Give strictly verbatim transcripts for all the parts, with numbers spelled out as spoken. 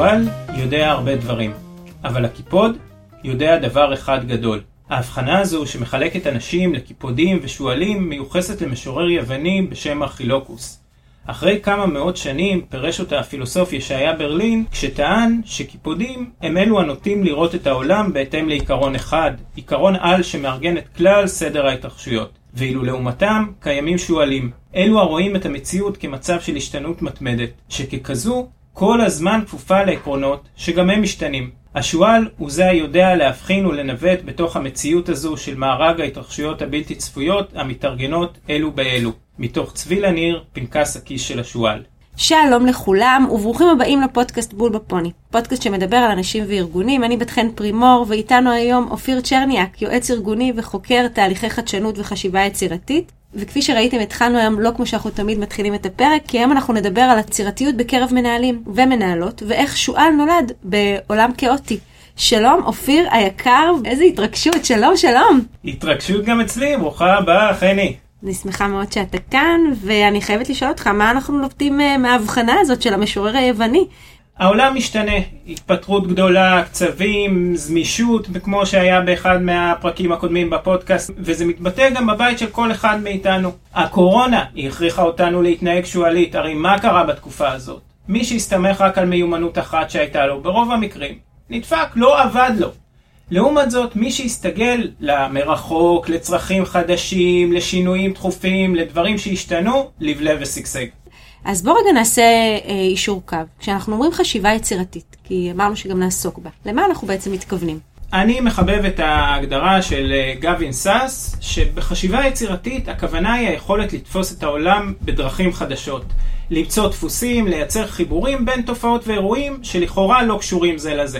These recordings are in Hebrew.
השואל יודע הרבה דברים, אבל הקיפוד יודע דבר אחד גדול. ההבחנה הזו שמחלקת אנשים לקיפודים ושואלים מיוחסת למשורר יווני בשם ארכילוקוס. אחרי כמה מאות שנים פירש אותה הפילוסוף ישעיה ברלין, כשטען שקיפודים הם אלו הנוטים לראות את העולם בהתאם לעיקרון אחד, עיקרון על שמארגן את כלל סדר ההתרחשויות. ואילו לעומתם קיימים שואלים, אלו הרואים את המציאות כמצב של השתנות מתמדת, שככזו כל הזמן כפופה לעקרונות שגם הם משתנים. השואל הוא זה היודע להבחין ולנווט בתוך המציאות הזו של מארג ההתרחשויות הבלתי צפויות המתארגנות אלו באלו. מתוך צבי לניר, פנקס הכיס של השואל. שלום לכולם וברוכים הבאים לפודקאסט בול בפוני. פודקאסט שמדבר על אנשים וארגונים. אני בת חן פרימור ואיתנו היום אופיר צ'רניאק, יועץ ארגוני וחוקר תהליכי חדשנות וחשיבה יצירתית. וכפי שראיתם התחלנו היום לא כמו שאנחנו תמיד מתחילים את הפרק, כי היום אנחנו נדבר על יצירתיות בקרב מנהלים ומנהלות ואיך שואל נולד בעולם כאוטי. שלום אופיר היקר, איזה התרגשות, שלום שלום. התרגשות גם אצלי, ברוכה הבאה חני. אני שמחה מאוד שאתה כאן, ואני חייבת לשאול אותך, מה אנחנו לומדים מההבחנה הזאת של המשורר היווני? העולם משתנה, התפתחות גדולה, קצבים, זמישות, כמו שהיה באחד מהפרקים הקודמים בפודקאסט, וזה מתבטא גם בבית של כל אחד מאיתנו. הקורונה היא הכריחה אותנו להתנהג שואלית, הרי מה קרה בתקופה הזאת? מי שהסתמך רק על מיומנות אחת שהייתה לו, ברוב המקרים, נדפק, לא עבד לו. לעומת זאת, מי שהסתגל למרחוק, לצרכים חדשים, לשינויים דחופים, לדברים שהשתנו, לבלב וסגסג. אז בוא רגע נעשה אה, אישור קו. כשאנחנו אומרים חשיבה יצירתית, כי אמרנו שגם נעסוק בה, למה אנחנו בעצם מתכוונים? אני מחבב את ההגדרה של גווין סאס, שבחשיבה יצירתית הכוונה היא היכולת לתפוס את העולם בדרכים חדשות. למצוא דפוסים, לייצר חיבורים בין תופעות ואירועים שלכאורה לא קשורים זה לזה.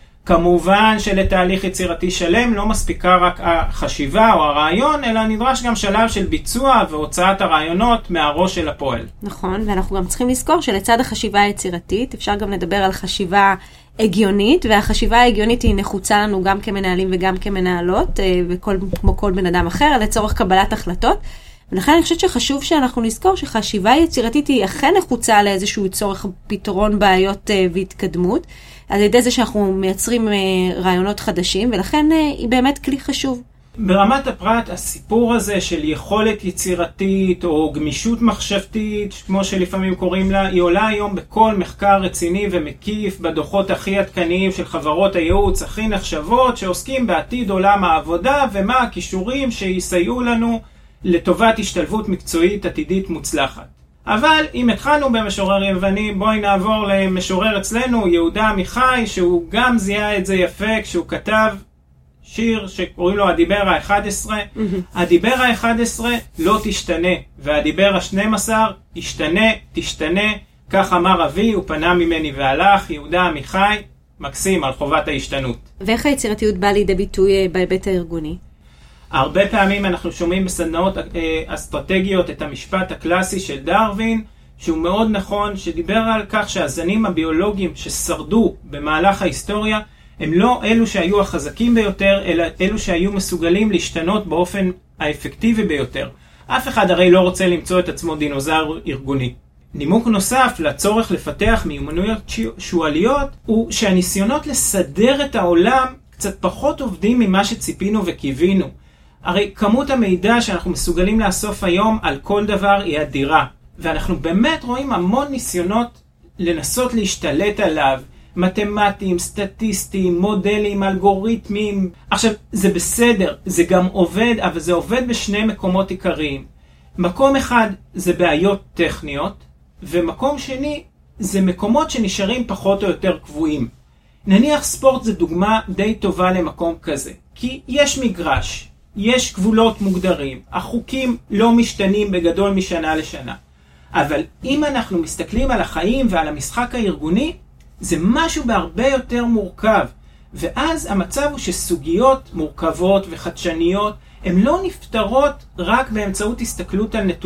כמובן שלתהליך יצירתי שלם לא מספיקה רק החשיבה או הרעיון, אלא נדרש גם שלב של ביצוע והוצאת הרעיונות מהראש של הפועל. נכון, ואנחנו גם צריכים לזכור שלצד החשיבה היצירתית אפשר גם לדבר על חשיבה הגיונית, והחשיבה ההגיונית היא נחוצה לנו גם כמנהלים וגם כמנהלות, וכל, כמו כל בן אדם אחר, לצורך קבלת החלטות. ולכן אני חושבת שחשוב שאנחנו נזכור שחשיבה יצירתית היא אכן נחוצה לאיזשהו צורך פתרון בעיות והתקדמות, על ידי זה שאנחנו מייצרים רעיונות חדשים, ולכן היא באמת כלי חשוב. ברמת הפרט, הסיפור הזה של יכולת יצירתית או גמישות מחשבתית, כמו שלפעמים קוראים לה, היא עולה היום בכל מחקר רציני ומקיף, בדוחות הכי עדכניים של חברות הייעוץ הכי נחשבות, שעוסקים בעתיד עולם העבודה, ומה הכישורים שיסייעו לנו לטובת השתלבות מקצועית עתידית מוצלחת. אבל אם התחלנו במשורר יווני, בואי נעבור למשורר אצלנו, יהודה עמיחי, שהוא גם זיהה את זה יפה כשהוא כתב שיר שקוראים לו הדיבר ה-אחד עשרה. הדיבר ה-אחד עשרה לא תשתנה, והדיבר ה-שנים עשר ישתנה, תשתנה, כך אמר אבי, הוא פנה ממני והלך. יהודה עמיחי, מקסים על חובת ההשתנות. ואיך היצירתיות באה לידי ביטוי בהיבט הארגוני? הרבה פעמים אנחנו שומעים בסדנאות אסטרטגיות את המשפט הקלאסי של דרווין, שהוא מאוד נכון, שדיבר על כך שהזנים הביולוגיים ששרדו במהלך ההיסטוריה, הם לא אלו שהיו החזקים ביותר, אלא אלו שהיו מסוגלים להשתנות באופן האפקטיבי ביותר. אף אחד הרי לא רוצה למצוא את עצמו דינוזאור ארגוני. נימוק נוסף לצורך לפתח מיומנויות שואליות, הוא שהניסיונות לסדר את העולם קצת פחות עובדים ממה שציפינו וקיווינו. הרי כמות המידע שאנחנו מסוגלים לאסוף היום על כל דבר היא אדירה, ואנחנו באמת רואים המון ניסיונות לנסות להשתלט עליו, מתמטיים, סטטיסטיים, מודלים, אלגוריתמים. עכשיו, זה בסדר, זה גם עובד, אבל זה עובד בשני מקומות עיקריים. מקום אחד זה בעיות טכניות, ומקום שני זה מקומות שנשארים פחות או יותר קבועים. נניח ספורט זה דוגמה די טובה למקום כזה, כי יש מגרש, יש גבולות מוגדרים, החוקים לא משתנים בגדול משנה לשנה. אבל אם אנחנו מסתכלים על החיים ועל המשחק הארגוני, זה משהו בהרבה יותר מורכב. ואז המצב הוא שסוגיות מורכבות וחדשניות, הן לא נפתרות רק באמצעות הסתכלות על נתונים.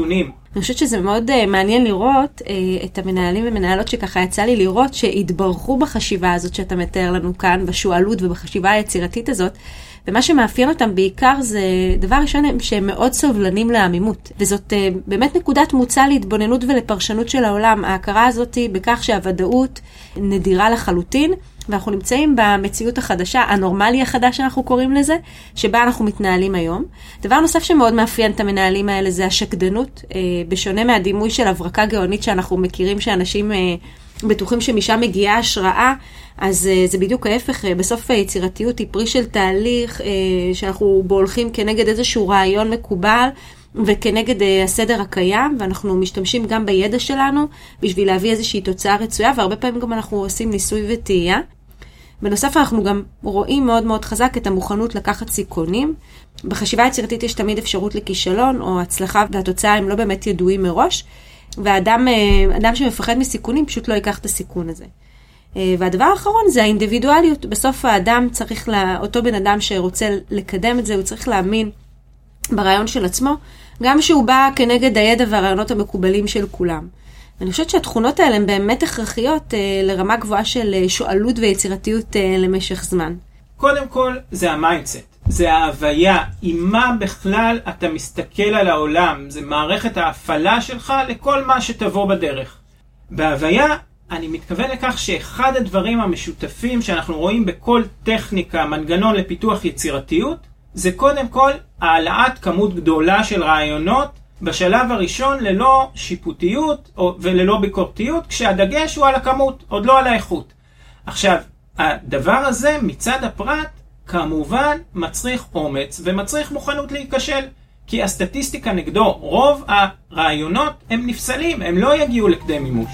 אני חושבת שזה מאוד uh, מעניין לראות uh, את המנהלים ומנהלות שככה יצא לי לראות שהתברכו בחשיבה הזאת שאתה מתאר לנו כאן, בשואלות ובחשיבה היצירתית הזאת, ומה שמאפיין אותם בעיקר זה דבר ראשון שהם מאוד סובלנים לעמימות, וזאת uh, באמת נקודת מוצא להתבוננות ולפרשנות של העולם. ההכרה הזאת היא בכך שהוודאות נדירה לחלוטין, ואנחנו נמצאים במציאות החדשה, הנורמלי החדש שאנחנו קוראים לזה, שבה אנחנו מתנהלים היום. דבר נוסף שמאוד מאפיין את המנהלים האלה זה השקדנות, אה, בשונה מהדימוי של הברקה גאונית שאנחנו מכירים שאנשים אה, בטוחים שמשם מגיעה השראה, אז אה, זה בדיוק ההפך. אה, בסוף היצירתיות היא פרי של תהליך אה, שאנחנו בו הולכים כנגד איזשהו רעיון מקובל, וכנגד אה, הסדר הקיים, ואנחנו משתמשים גם בידע שלנו בשביל להביא איזושהי תוצאה רצויה, והרבה פעמים גם אנחנו עושים ניסוי וטעייה. בנוסף אנחנו גם רואים מאוד מאוד חזק את המוכנות לקחת סיכונים. בחשיבה היצירתית יש תמיד אפשרות לכישלון או הצלחה, והתוצאה הם לא באמת ידועים מראש, והאדם אדם שמפחד מסיכונים פשוט לא ייקח את הסיכון הזה. והדבר האחרון זה האינדיבידואליות. בסוף האדם צריך, לה, אותו בן אדם שרוצה לקדם את זה, הוא צריך להאמין ברעיון של עצמו, גם שהוא בא כנגד הידע והרעיונות המקובלים של כולם. אני חושבת שהתכונות האלה הן באמת הכרחיות אה, לרמה גבוהה של אה, שואלות ויצירתיות אה, למשך זמן. קודם כל זה המיינדסט, זה ההוויה, עם מה בכלל אתה מסתכל על העולם, זה מערכת ההפעלה שלך לכל מה שתבוא בדרך. בהוויה אני מתכוון לכך שאחד הדברים המשותפים שאנחנו רואים בכל טכניקה, מנגנון לפיתוח יצירתיות, זה קודם כל העלאת כמות גדולה של רעיונות, בשלב הראשון ללא שיפוטיות וללא ביקורתיות, כשהדגש הוא על הכמות, עוד לא על האיכות. עכשיו, הדבר הזה מצד הפרט כמובן מצריך אומץ ומצריך מוכנות להיכשל, כי הסטטיסטיקה נגדו, רוב הרעיונות הם נפסלים, הם לא יגיעו לכדי מימוש.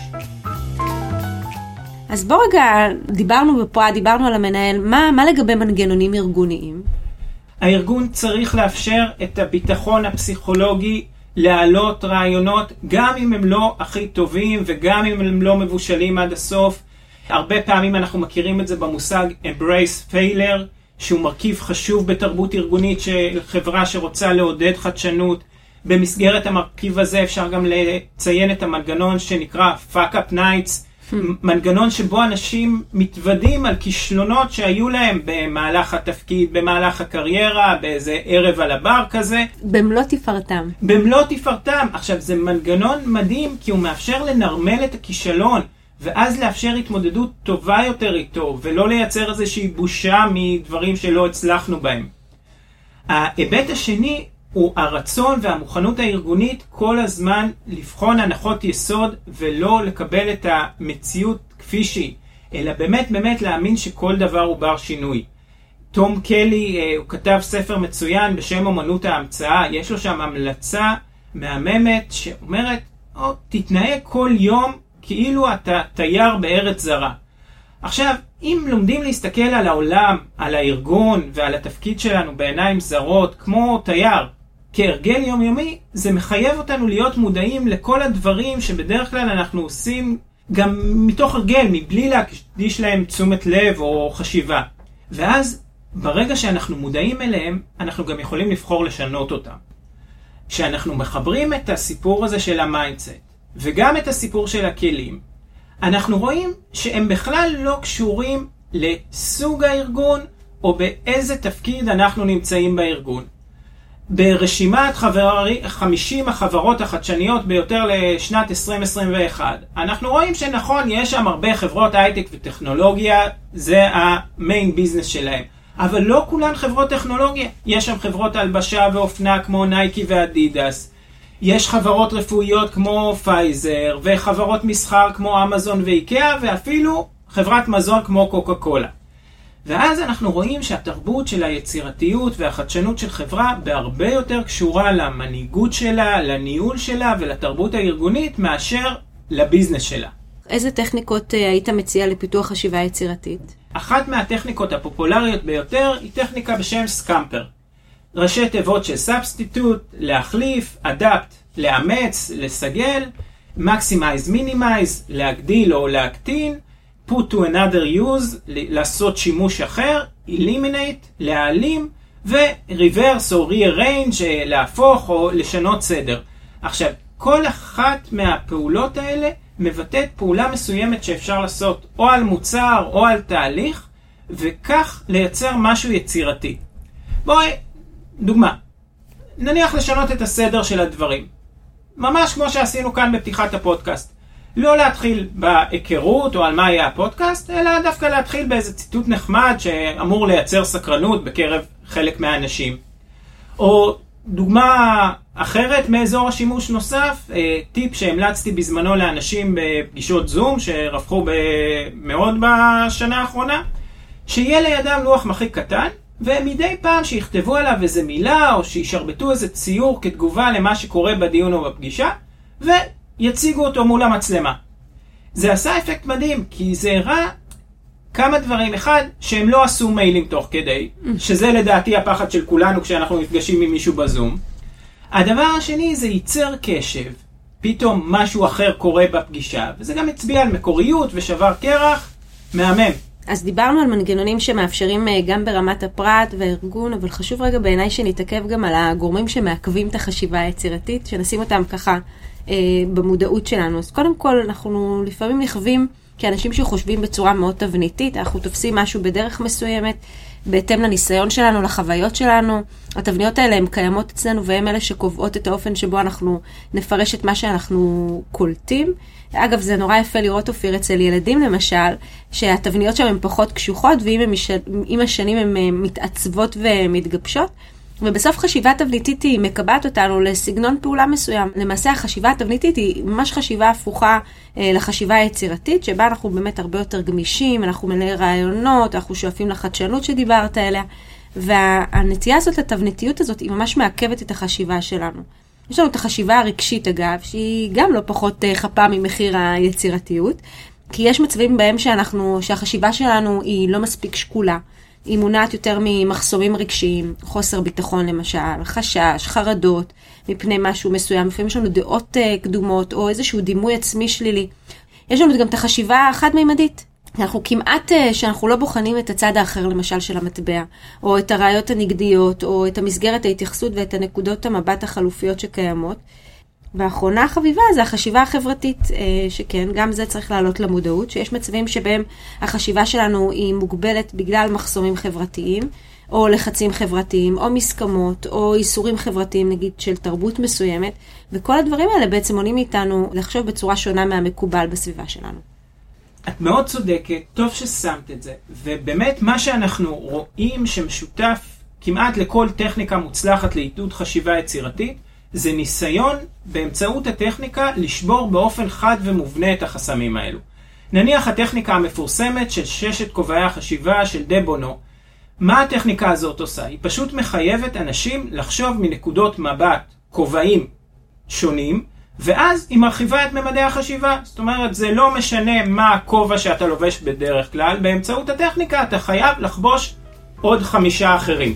אז בוא רגע, דיברנו בפה, דיברנו על המנהל, מה, מה לגבי מנגנונים ארגוניים? הארגון צריך לאפשר את הביטחון הפסיכולוגי להעלות רעיונות, גם אם הם לא הכי טובים וגם אם הם לא מבושלים עד הסוף. הרבה פעמים אנחנו מכירים את זה במושג embrace failure, שהוא מרכיב חשוב בתרבות ארגונית של חברה שרוצה לעודד חדשנות. במסגרת המרכיב הזה אפשר גם לציין את המנגנון שנקרא fuck up nights, מנגנון שבו אנשים מתוודים על כישלונות שהיו להם במהלך התפקיד, במהלך הקריירה, באיזה ערב על הבר כזה. במלוא תפארתם. במלוא תפארתם. עכשיו, זה מנגנון מדהים כי הוא מאפשר לנרמל את הכישלון, ואז לאפשר התמודדות טובה יותר איתו, ולא לייצר איזושהי בושה מדברים שלא הצלחנו בהם. ההיבט השני הוא הרצון והמוכנות הארגונית כל הזמן לבחון הנחות יסוד ולא לקבל את המציאות כפי שהיא, אלא באמת באמת להאמין שכל דבר הוא בר שינוי. תום קלי, הוא כתב ספר מצוין בשם אומנות ההמצאה, יש לו שם המלצה מהממת שאומרת, או, תתנהג כל יום כאילו אתה תייר בארץ זרה. עכשיו, אם לומדים להסתכל על העולם, על הארגון ועל התפקיד שלנו בעיניים זרות כמו תייר, כהרגל יומיומי, זה מחייב אותנו להיות מודעים לכל הדברים שבדרך כלל אנחנו עושים גם מתוך הרגל, מבלי להקדיש להם תשומת לב או חשיבה. ואז, ברגע שאנחנו מודעים אליהם, אנחנו גם יכולים לבחור לשנות אותם. כשאנחנו מחברים את הסיפור הזה של המיינדסט, וגם את הסיפור של הכלים, אנחנו רואים שהם בכלל לא קשורים לסוג הארגון, או באיזה תפקיד אנחנו נמצאים בארגון. ברשימת חברי, חמישים החברות החדשניות ביותר לשנת עשרים עשרים ואחת, אנחנו רואים שנכון, יש שם הרבה חברות הייטק וטכנולוגיה, זה המיין ביזנס שלהם. אבל לא כולן חברות טכנולוגיה. יש שם חברות הלבשה ואופנה כמו נייקי ואדידס. יש חברות רפואיות כמו פייזר, וחברות מסחר כמו אמזון ואיקאה, ואפילו חברת מזון כמו קוקה קולה. ואז אנחנו רואים שהתרבות של היצירתיות והחדשנות של חברה בהרבה יותר קשורה למנהיגות שלה, לניהול שלה ולתרבות הארגונית מאשר לביזנס שלה. איזה טכניקות היית מציע לפיתוח חשיבה יצירתית? אחת מהטכניקות הפופולריות ביותר היא טכניקה בשם סקמפר. ראשי תיבות של סאבסטיטוט, להחליף, אדפט, לאמץ, לסגל, maximize, minimize, להגדיל או להקטין, put to another use, לעשות שימוש אחר, eliminate, להעלים, ו-reverse או rearrange, להפוך או לשנות סדר. עכשיו, כל אחת מהפעולות האלה מבטאת פעולה מסוימת שאפשר לעשות או על מוצר או על תהליך, וכך לייצר משהו יצירתי. בואי, דוגמה. נניח לשנות את הסדר של הדברים. ממש כמו שעשינו כאן בפתיחת הפודקאסט. לא להתחיל בהיכרות או על מה יהיה הפודקאסט, אלא דווקא להתחיל באיזה ציטוט נחמד שאמור לייצר סקרנות בקרב חלק מהאנשים. או דוגמה אחרת מאזור השימוש נוסף, טיפ שהמלצתי בזמנו לאנשים בפגישות זום שרפחו מאוד בשנה האחרונה, שיהיה לידם לוח מחיק קטן, ומדי פעם שיכתבו עליו איזה מילה או שישרבטו איזה ציור כתגובה למה שקורה בדיון או בפגישה, ויציגו אותו מול המצלמה. זה עשה אפקט מדהים, כי זה הראה כמה דברים. אחד, שהם לא עשו מיילים תוך כדי, שזה לדעתי הפחד של כולנו כשאנחנו נפגשים עם מישהו בזום. הדבר השני זה ייצר קשב. פתאום משהו אחר קורה בפגישה, וזה גם הצביע על מקוריות ושבר קרח, מהמם. אז דיברנו על מנגנונים שמאפשרים גם ברמת הפרט והארגון, אבל חשוב רגע בעיניי שנתעכב גם על הגורמים שמעכבים את החשיבה היצירתית, שנשים אותם ככה אה, במודעות שלנו. אז קודם כל, אנחנו לפעמים נכווים כאנשים שחושבים בצורה מאוד תבניתית, אנחנו תופסים משהו בדרך מסוימת, בהתאם לניסיון שלנו, לחוויות שלנו. התבניות האלה הן קיימות אצלנו, והן אלה שקובעות את האופן שבו אנחנו נפרש את מה שאנחנו קולטים. אגב, זה נורא יפה לראות אופיר אצל ילדים למשל, שהתבניות שם הן פחות קשוחות, ועם השנים הן מתעצבות ומתגבשות. ובסוף חשיבה תבניתית היא מקבעת אותנו לסגנון פעולה מסוים. למעשה החשיבה התבניתית היא ממש חשיבה הפוכה אה, לחשיבה היצירתית, שבה אנחנו באמת הרבה יותר גמישים, אנחנו מלאי רעיונות, אנחנו שואפים לחדשנות שדיברת עליה, והנטייה הזאת לתבניתיות הזאת היא ממש מעכבת את החשיבה שלנו. יש לנו את החשיבה הרגשית אגב, שהיא גם לא פחות אה, חפה ממחיר היצירתיות, כי יש מצבים בהם שאנחנו, שהחשיבה שלנו היא לא מספיק שקולה, היא מונעת יותר ממחסומים רגשיים, חוסר ביטחון למשל, חשש, חרדות, מפני משהו מסוים. לפעמים יש לנו דעות uh, קדומות, או איזשהו דימוי עצמי שלילי. יש לנו גם את החשיבה החד-מימדית. אנחנו כמעט, uh, שאנחנו לא בוחנים את הצד האחר למשל של המטבע, או את הראיות הנגדיות, או את המסגרת ההתייחסות ואת הנקודות המבט החלופיות שקיימות. והאחרונה החביבה זה החשיבה החברתית, שכן, גם זה צריך לעלות למודעות, שיש מצבים שבהם החשיבה שלנו היא מוגבלת בגלל מחסומים חברתיים, או לחצים חברתיים, או מסכמות, או איסורים חברתיים, נגיד, של תרבות מסוימת, וכל הדברים האלה בעצם מונעים איתנו לחשוב בצורה שונה מהמקובל בסביבה שלנו. את מאוד צודקת, טוב ששמת את זה, ובאמת מה שאנחנו רואים שמשותף כמעט לכל טכניקה מוצלחת לעידוד חשיבה יצירתית, זה ניסיון באמצעות הטכניקה לשבור באופן חד ומובנה את החסמים האלו. נניח הטכניקה המפורסמת של ששת כובעי החשיבה של דה בונו. מה הטכניקה הזאת עושה? היא פשוט מחייבת אנשים לחשוב מנקודות מבט, כובעים שונים, ואז היא מרחיבה את ממדי החשיבה. זאת אומרת, זה לא משנה מה הכובע שאתה לובש בדרך כלל, באמצעות הטכניקה אתה חייב לחבוש עוד חמישה אחרים.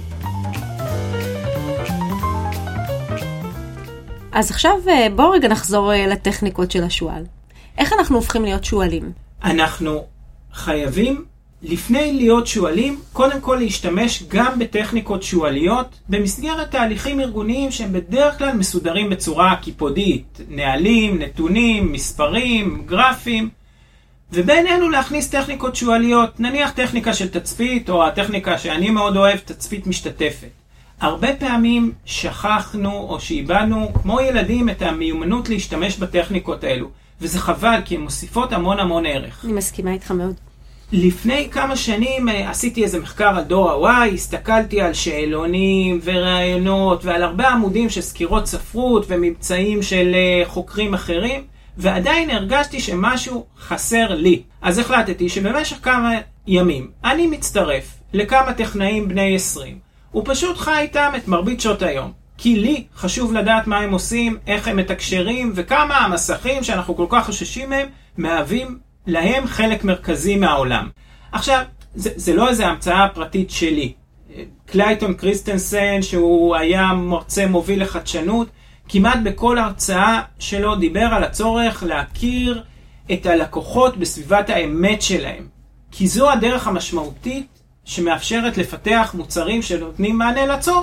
אז עכשיו בואו רגע נחזור לטכניקות של השואל. איך אנחנו הופכים להיות שואלים? אנחנו חייבים, לפני להיות שואלים, קודם כל להשתמש גם בטכניקות שואליות, במסגרת תהליכים ארגוניים שהם בדרך כלל מסודרים בצורה קיפודית, נהלים, נתונים, מספרים, גרפים, ובינינו להכניס טכניקות שואליות, נניח טכניקה של תצפית, או הטכניקה שאני מאוד אוהב, תצפית משתתפת. הרבה פעמים שכחנו או שאיבדנו, כמו ילדים, את המיומנות להשתמש בטכניקות האלו. וזה חבל, כי הן מוסיפות המון המון ערך. אני מסכימה איתך מאוד. לפני כמה שנים עשיתי איזה מחקר על דור ה-Y, הסתכלתי על שאלונים ורעיונות, ועל הרבה עמודים של סקירות ספרות וממצאים של חוקרים אחרים, ועדיין הרגשתי שמשהו חסר לי. אז החלטתי שבמשך כמה ימים אני מצטרף לכמה טכנאים בני עשרים, הוא פשוט חי איתם את מרבית שעות היום. כי לי חשוב לדעת מה הם עושים, איך הם מתקשרים, וכמה המסכים שאנחנו כל כך חוששים מהם, מהווים להם חלק מרכזי מהעולם. עכשיו, זה, זה לא איזו המצאה פרטית שלי. קלייטון קריסטנסן, שהוא היה מרצה מוביל לחדשנות, כמעט בכל הרצאה שלו דיבר על הצורך להכיר את הלקוחות בסביבת האמת שלהם. כי זו הדרך המשמעותית שמאפשרת לפתח מוצרים שנותנים מענה לצורך.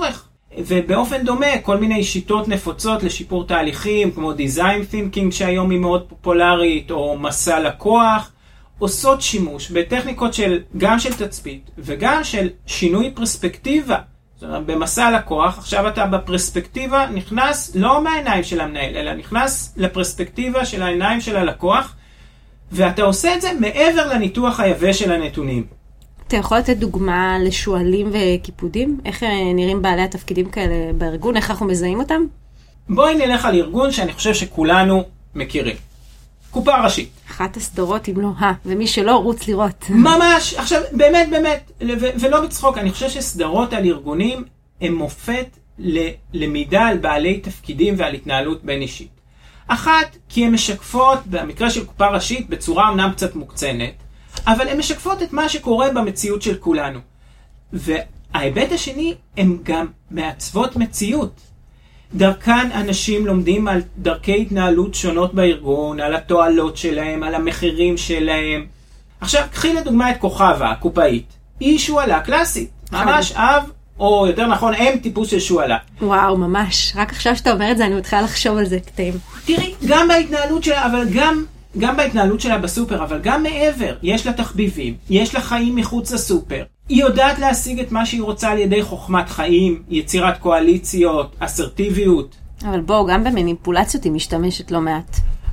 ובאופן דומה, כל מיני שיטות נפוצות לשיפור תהליכים, כמו Design Thinking שהיום היא מאוד פופולרית, או מסע לקוח, עושות שימוש בטכניקות של, גם של תצפית, וגם של שינוי פרספקטיבה. זאת אומרת, במסע לקוח, עכשיו אתה בפרספקטיבה נכנס לא מהעיניים של המנהל, אלא נכנס לפרספקטיבה של העיניים של הלקוח, ואתה עושה את זה מעבר לניתוח היבש של הנתונים. אתה יכול לתת דוגמה לשואלים וקיפודים? איך נראים בעלי התפקידים כאלה בארגון? איך אנחנו מזהים אותם? בואי נלך על ארגון שאני חושב שכולנו מכירים. קופה ראשית. אחת הסדרות אם לא ה, ומי שלא רוץ לראות. ממש, עכשיו באמת באמת, ו- ולא בצחוק, אני חושב שסדרות על ארגונים הם מופת ללמידה על בעלי תפקידים ועל התנהלות בין אישית. אחת, כי הן משקפות, במקרה של קופה ראשית, בצורה אמנם קצת מוקצנת, אבל הן משקפות את מה שקורה במציאות של כולנו. וההיבט השני, הן גם מעצבות מציאות. דרכן אנשים לומדים על דרכי התנהלות שונות בארגון, על התועלות שלהם, על המחירים שלהם. עכשיו, קחי לדוגמה את כוכבה, הקופאית. היא שואלה קלאסית. ממש אב, או יותר נכון, אם טיפוס של שואלה. וואו, ממש. רק עכשיו שאתה אומר את זה, אני מתחילה לחשוב על זה קטעים. תראי, גם בהתנהלות שלה, אבל גם, גם בהתנהלות שלה בסופר, אבל גם מעבר. יש לה תחביבים, יש לה חיים מחוץ לסופר. היא יודעת להשיג את מה שהיא רוצה על ידי חוכמת חיים, יצירת קואליציות, אסרטיביות. אבל בואו, גם במניפולציות היא משתמשת לא מעט.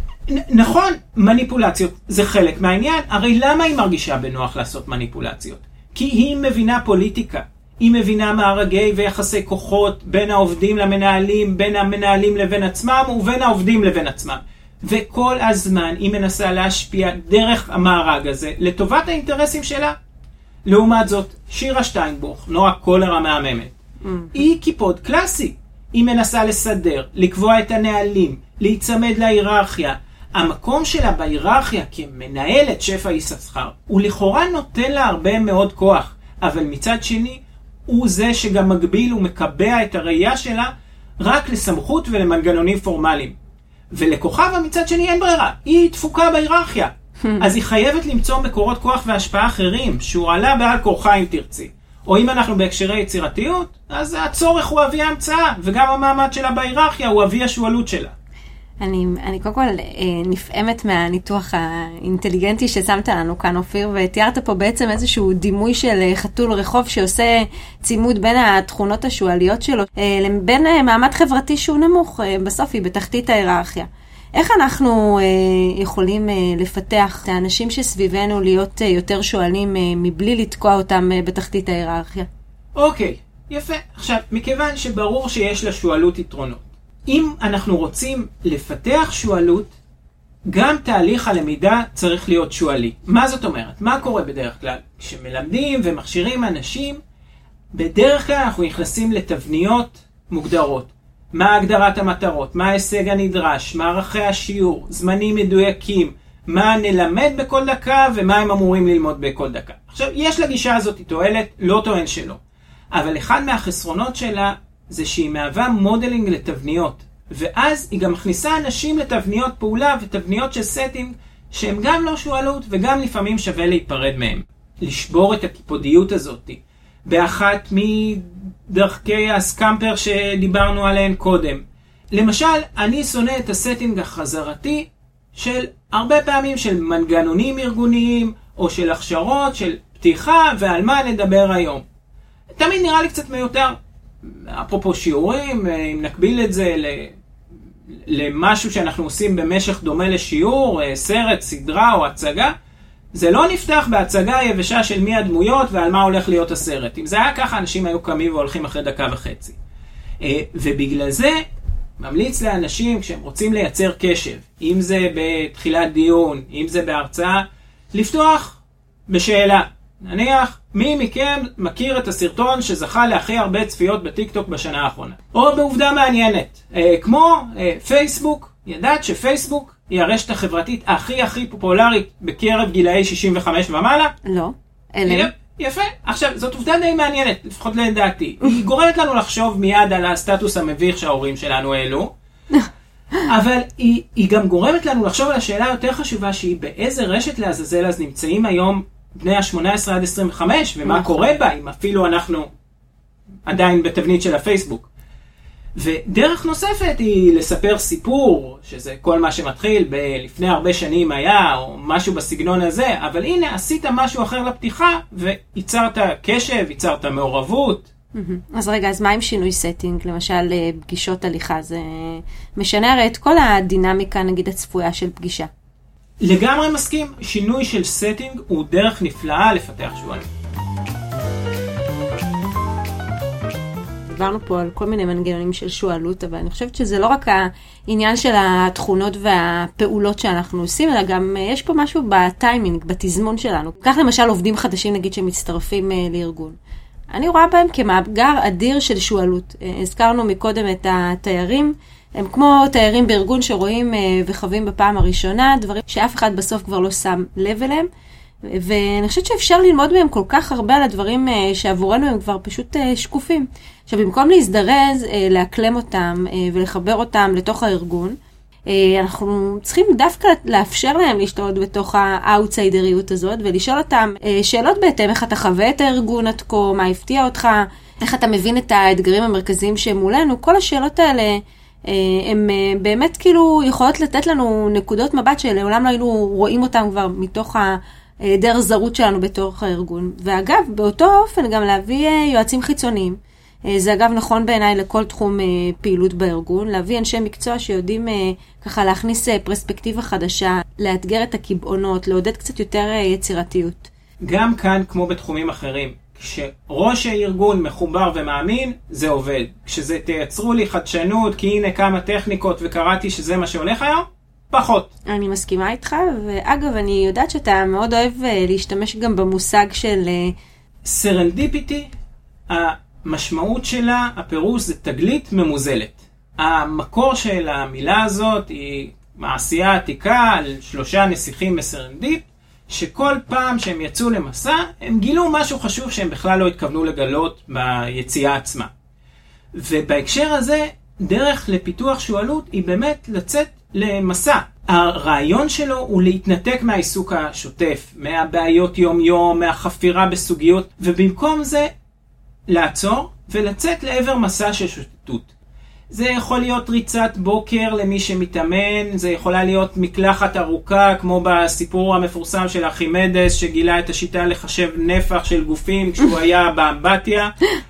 נ- נכון, מניפולציות זה חלק מהעניין. הרי למה היא מרגישה בנוח לעשות מניפולציות? כי היא מבינה פוליטיקה. היא מבינה מארגי ויחסי כוחות בין העובדים למנהלים, בין המנהלים לבין עצמם ובין העובדים לבין עצמם. וכל הזמן היא מנסה להשפיע דרך המארג הזה לטובת האינטרסים שלה. לעומת זאת, שירה שטיינבוך, נועה קולר המהממת, mm-hmm. היא קיפוד קלאסי. היא מנסה לסדר, לקבוע את הנהלים, להיצמד להיררכיה. המקום שלה בהיררכיה כמנהלת שפע יששכר, הוא לכאורה נותן לה הרבה מאוד כוח, אבל מצד שני, הוא זה שגם מגביל ומקבע את הראייה שלה רק לסמכות ולמנגנונים פורמליים. ולכוכבה מצד שני אין ברירה, היא תפוקה בהיררכיה. אז היא חייבת למצוא מקורות כוח והשפעה אחרים, שהוא עלה בעל כורחה אם תרצי. או אם אנחנו בהקשרי יצירתיות, אז הצורך הוא אבי ההמצאה, וגם המעמד שלה בהיררכיה הוא אבי השואלות שלה. אני, אני קודם כל נפעמת מהניתוח האינטליגנטי ששמת לנו כאן, אופיר, ותיארת פה בעצם איזשהו דימוי של חתול רחוב שעושה צימוד בין התכונות השואליות שלו, לבין מעמד חברתי שהוא נמוך, בסוף היא בתחתית ההיררכיה. איך אנחנו אה, יכולים אה, לפתח את האנשים שסביבנו להיות אה, יותר שואלים אה, מבלי לתקוע אותם אה, בתחתית ההיררכיה? אוקיי, יפה. עכשיו, מכיוון שברור שיש לשואלות יתרונות, אם אנחנו רוצים לפתח שואלות, גם תהליך הלמידה צריך להיות שואלי. מה זאת אומרת? מה קורה בדרך כלל? כשמלמדים ומכשירים אנשים, בדרך כלל אנחנו נכנסים לתבניות מוגדרות. מה הגדרת המטרות, מה ההישג הנדרש, מה ערכי השיעור, זמנים מדויקים, מה נלמד בכל דקה ומה הם אמורים ללמוד בכל דקה. עכשיו, יש לגישה הזאת תועלת, לא טוען שלא. אבל אחד מהחסרונות שלה זה שהיא מהווה מודלינג לתבניות. ואז היא גם מכניסה אנשים לתבניות פעולה ותבניות של סטינג שהם גם לא שואלות וגם לפעמים שווה להיפרד מהם. לשבור את הקיפודיות הזאת. באחת מדרכי הסקמפר שדיברנו עליהן קודם. למשל, אני שונא את הסטינג החזרתי של הרבה פעמים של מנגנונים ארגוניים או של הכשרות, של פתיחה ועל מה נדבר היום. תמיד נראה לי קצת מיותר. אפרופו שיעורים, אם נקביל את זה למשהו שאנחנו עושים במשך דומה לשיעור, סרט, סדרה או הצגה, זה לא נפתח בהצגה יבשה של מי הדמויות ועל מה הולך להיות הסרט. אם זה היה ככה, אנשים היו קמים והולכים אחרי דקה וחצי. ובגלל זה, ממליץ לאנשים, כשהם רוצים לייצר קשב, אם זה בתחילת דיון, אם זה בהרצאה, לפתוח בשאלה. נניח, מי מכם מכיר את הסרטון שזכה להכי הרבה צפיות בטיקטוק בשנה האחרונה? או בעובדה מעניינת, כמו פייסבוק, ידעת שפייסבוק היא הרשת החברתית הכי הכי פופולרית בקרב גילאי שישים וחמש ומעלה? לא, אלה. יפה. עכשיו, זאת עובדה די מעניינת, לפחות לדעתי. היא גורמת לנו לחשוב מיד על הסטטוס המביך שההורים שלנו העלו, אבל היא, היא גם גורמת לנו לחשוב על השאלה יותר חשובה, שהיא באיזה רשת לעזאזל אז נמצאים היום בני ה-שמונה עשרה עד עשרים וחמש, ומה קורה בה, אם אפילו אנחנו עדיין בתבנית של הפייסבוק. ודרך נוספת היא לספר סיפור, שזה כל מה שמתחיל בלפני הרבה שנים היה, או משהו בסגנון הזה, אבל הנה עשית משהו אחר לפתיחה, וייצרת קשב, ייצרת מעורבות. אז רגע, אז מה עם שינוי סטינג? למשל, פגישות הליכה, זה משנה הרי את כל הדינמיקה, נגיד, הצפויה של פגישה. לגמרי מסכים, שינוי של סטינג הוא דרך נפלאה לפתח שועלים. דיברנו פה על כל מיני מנגנונים של שועלות, אבל אני חושבת שזה לא רק העניין של התכונות והפעולות שאנחנו עושים, אלא גם יש פה משהו בטיימינג, בתזמון שלנו. כך למשל עובדים חדשים, נגיד, שמצטרפים לארגון. אני רואה בהם כמאגר אדיר של שועלות. הזכרנו מקודם את התיירים, הם כמו תיירים בארגון שרואים וחווים בפעם הראשונה, דברים שאף אחד בסוף כבר לא שם לב אליהם, ואני חושבת שאפשר ללמוד מהם כל כך הרבה על הדברים שעבורנו הם כבר פשוט שקופים. עכשיו, במקום להזדרז, להקלם אותם ולחבר אותם לתוך הארגון, אנחנו צריכים דווקא לאפשר להם להשתות בתוך האוטסיידריות הזאת, ולשאול אותם שאלות בהתאם, איך אתה חווה את הארגון עד כה, מה הפתיע אותך, איך אתה מבין את האתגרים המרכזיים שמולנו. כל השאלות האלה, הם באמת כאילו יכולות לתת לנו נקודות מבט שלעולם לא היינו רואים אותם כבר מתוך הדרך זרות שלנו בתוך הארגון. ואגב, באותו אופן גם להביא יועצים חיצוניים. זה אגב נכון בעיניי לכל תחום פעילות בארגון, להביא אנשי מקצוע שיודעים ככה להכניס פרספקטיבה חדשה, לאתגר את הקבעונות, לעודד קצת יותר יצירתיות. גם כאן כמו בתחומים אחרים, כשראש הארגון מחובר ומאמין, זה עובד. כשזה תייצרו לי חדשנות, כי הנה כמה טכניקות וקראתי שזה מה שהולך היום, פחות. אני מסכימה איתך, ואגב אני יודעת שאתה מאוד אוהב להשתמש גם במושג של סרנדיפיטי. המשמעות שלה, הפירוש זה תגלית ממוזלת. המקור של המילה הזאת היא מעשייה עתיקה על שלושה נסיכים מסרנדיפ, שכל פעם שהם יצאו למסע, הם גילו משהו חשוב שהם בכלל לא התכוונו לגלות ביציאה עצמה. ובהקשר הזה, דרך לפיתוח שועלות היא באמת לצאת למסע. הרעיון שלו הוא להתנתק מהעיסוק השוטף, מהבעיות יום-יום, מהחפירה בסוגיות, ובמקום זה לעצור ולצאת לעבר מסע של שוטטות. זה יכול להיות ריצת בוקר למי שמתאמן, זה יכולה להיות מקלחת ארוכה, כמו בסיפור המפורסם של ארכימדס, שגילה את השיטה לחשב נפח של גופים כשהוא היה באמבטיה,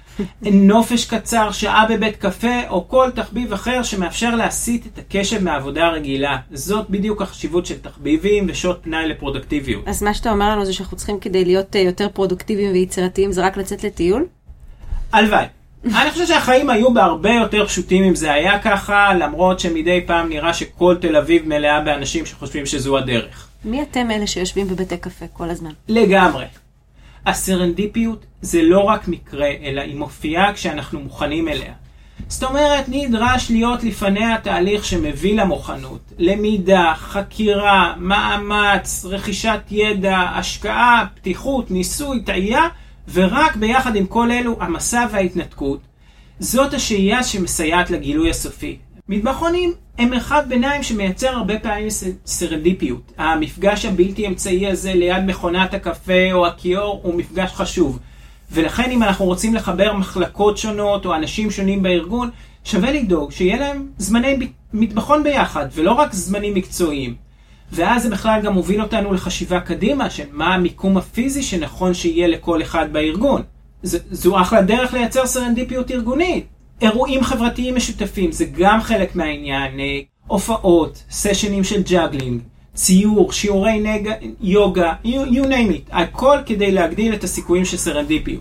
נופש קצר, שעה בבית קפה, או כל תחביב אחר שמאפשר להסיט את הקשב מהעבודה הרגילה. זאת בדיוק החשיבות של תחביבים ושעות פנאי לפרודקטיביות. אז מה שאתה אומר לנו זה שאנחנו צריכים כדי להיות יותר פרודוקטיביים ויצירתיים, זה רק לצאת לטיול? הלוואי. אני חושב שהחיים היו בהרבה יותר פשוטים אם זה היה ככה, למרות שמדי פעם נראה שכל תל אביב מלאה באנשים שחושבים שזו הדרך. מי אתם אלה שיושבים בבתי קפה כל הזמן? לגמרי. הסרנדיפיות זה לא רק מקרה, אלא היא מופיעה כשאנחנו מוכנים אליה. זאת אומרת, נדרש להיות לפניה תהליך שמביא למוכנות, למידה, חקירה, מאמץ, רכישת ידע, השקעה, פתיחות, ניסוי, טעייה, ורק ביחד עם כל אלו, המסע וההתנתקות, זאת השהייה שמסייעת לגילוי הסופי. מטבחונים הם מרחב ביניים שמייצר הרבה פעמים סרנדיפיות. המפגש הבלתי אמצעי הזה ליד מכונת הקפה או הכיור הוא מפגש חשוב. ולכן אם אנחנו רוצים לחבר מחלקות שונות או אנשים שונים בארגון, שווה לדאוג שיהיה להם זמני מטבחון ביחד, ולא רק זמנים מקצועיים. ואז זה בכלל גם מוביל אותנו לחשיבה קדימה של מה המיקום הפיזי שנכון שיהיה לכל אחד בארגון. ז- זו אחלה דרך לייצר סרנדיפיות ארגונית. אירועים חברתיים משותפים, זה גם חלק מהעניין. הופעות, סשנים של ג'אגלינג, ציור, שיעורי נגע, יוגה, you, you name it. הכל כדי להגדיל את הסיכויים של סרנדיפיות.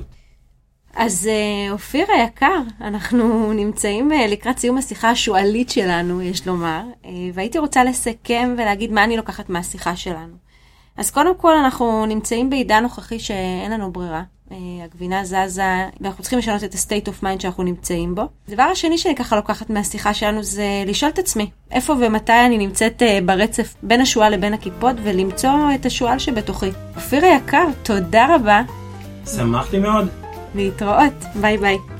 אז אופיר היקר, אנחנו נמצאים לקראת סיום השיחה השואלית שלנו, יש לומר, והייתי רוצה לסכם ולהגיד מה אני לוקחת מהשיחה שלנו. אז קודם כל אנחנו נמצאים בעידן נוכחי שאין לנו ברירה. הגבינה זזה, ואנחנו צריכים לשנות את ה-state of mind שאנחנו נמצאים בו. הדבר השני שאני ככה לוקחת מהשיחה שלנו זה לשאול את עצמי, איפה ומתי אני נמצאת ברצף בין השואל לבין הכיפות, ולמצוא את השואל שבתוכי. אופיר היקר, תודה רבה. שמחתי מאוד. להתראות, ביי ביי.